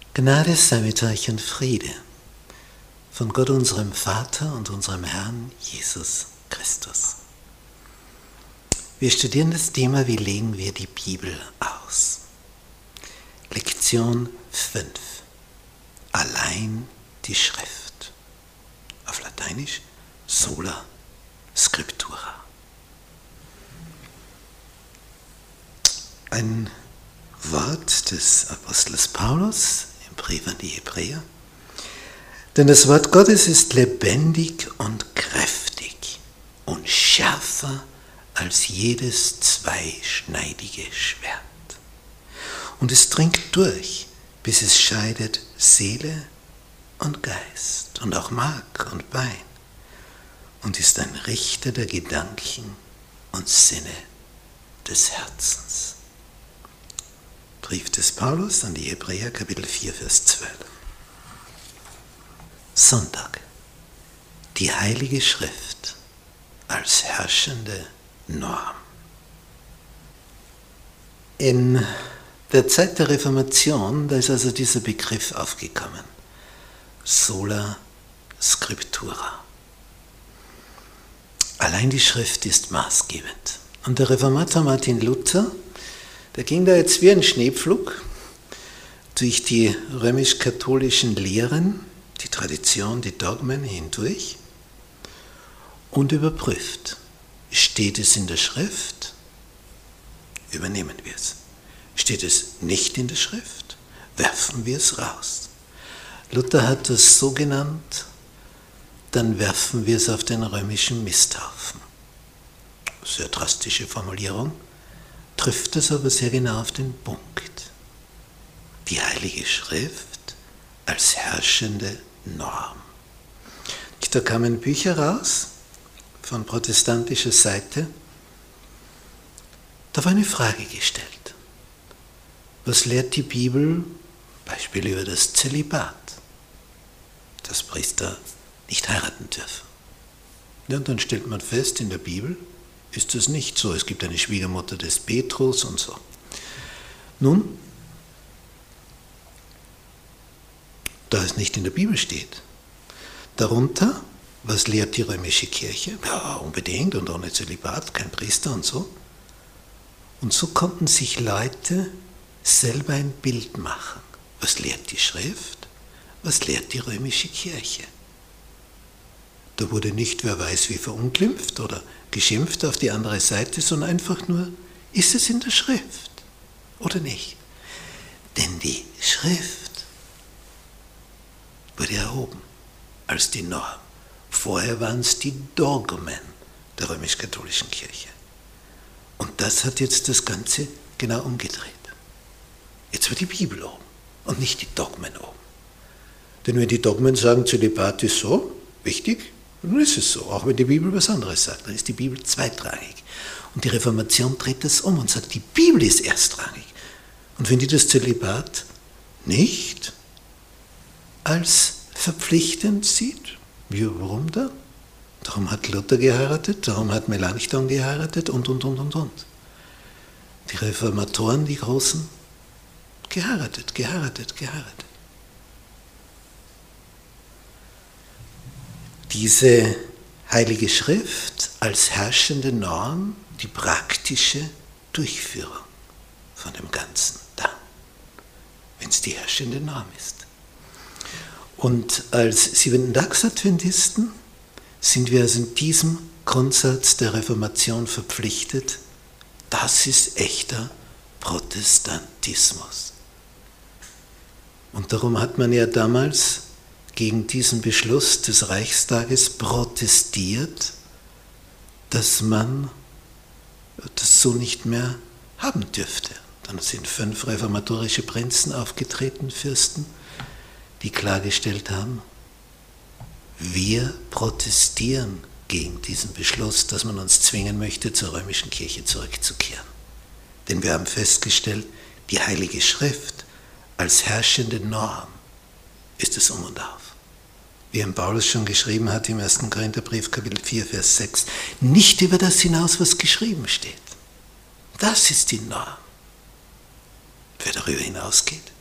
Gnade sei mit euch und Friede von Gott, unserem Vater und unserem Herrn Jesus Christus. Wir studieren das Thema, wie legen wir die Bibel aus? Lektion 5. Allein die Schrift. Auf Lateinisch sola scriptura. Ein Wort des Apostels Paulus im Brief an die Hebräer. Denn das Wort Gottes ist lebendig und kräftig und schärfer als jedes zweischneidige Schwert. Und es dringt durch, bis es scheidet Seele und Geist und auch Mark und Bein und ist ein Richter der Gedanken und Sinne des Herzens. Brief des Paulus an die Hebräer, Kapitel 4, Vers 12. Sonntag. Die Heilige Schrift als herrschende Norm. In der Zeit der Reformation, da ist also dieser Begriff aufgekommen. Sola scriptura. Allein die Schrift ist maßgebend. Und der Reformator Martin Luther, der ging da jetzt wie ein Schneepflug durch die römisch-katholischen Lehren, die Tradition, die Dogmen hindurch und überprüft, steht es in der Schrift, übernehmen wir es. Steht es nicht in der Schrift, werfen wir es raus. Luther hat das so genannt, dann werfen wir es auf den römischen Misthaufen. Sehr drastische Formulierung, trifft es aber sehr genau auf den Punkt. Die Heilige Schrift als herrschende Norm. Da kamen Bücher raus von protestantischer Seite. Da war eine Frage gestellt. Was lehrt die Bibel? Beispiel über das Zölibat, dass Priester nicht heiraten dürfen. Ja, und dann stellt man fest, in der Bibel ist das nicht so. Es gibt eine Schwiegermutter des Petrus und so. Nun, da es nicht in der Bibel steht, darunter, was lehrt die römische Kirche? Ja, unbedingt und ohne Zölibat, kein Priester und so. Und so konnten sich Leute selber ein Bild machen. Was lehrt die Schrift? Was lehrt die römische Kirche? Da wurde nicht, wer weiß wie, verunglimpft oder geschimpft auf die andere Seite, sondern einfach nur, ist es in der Schrift oder nicht? Denn die Schrift wurde erhoben als die Norm. Vorher waren es die Dogmen der römisch-katholischen Kirche. Und das hat jetzt das Ganze genau umgedreht. Jetzt wird die Bibel oben und nicht die Dogmen oben. Denn wenn die Dogmen sagen, Zölibat ist so wichtig, dann ist es so. Auch wenn die Bibel was anderes sagt, dann ist die Bibel zweitrangig. Und die Reformation dreht das um und sagt, die Bibel ist erstrangig. Und wenn die das Zölibat nicht als verpflichtend sieht, warum da? Darum hat Luther geheiratet, darum hat Melanchthon geheiratet und. Die Reformatoren, die Großen, geheiratet. Diese Heilige Schrift als herrschende Norm, die praktische Durchführung von dem Ganzen dann, wenn es die herrschende Norm ist. Und als Siebenten-Tags-Adventisten sind wir also in diesem Grundsatz der Reformation verpflichtet, das ist echter Protestantismus. Und darum hat man ja damals gegen diesen Beschluss des Reichstages protestiert, dass man das so nicht mehr haben dürfte. Dann sind 5 reformatorische Prinzen aufgetreten, Fürsten, die klargestellt haben, wir protestieren gegen diesen Beschluss, dass man uns zwingen möchte, zur römischen Kirche zurückzukehren. Denn wir haben festgestellt, die Heilige Schrift als herrschende Norm ist es um und auf. Wie Paulus schon geschrieben hat im 1. Korintherbrief, Kapitel 4, Vers 6, nicht über das hinaus, was geschrieben steht. Das ist die Norm. Wer darüber hinausgeht,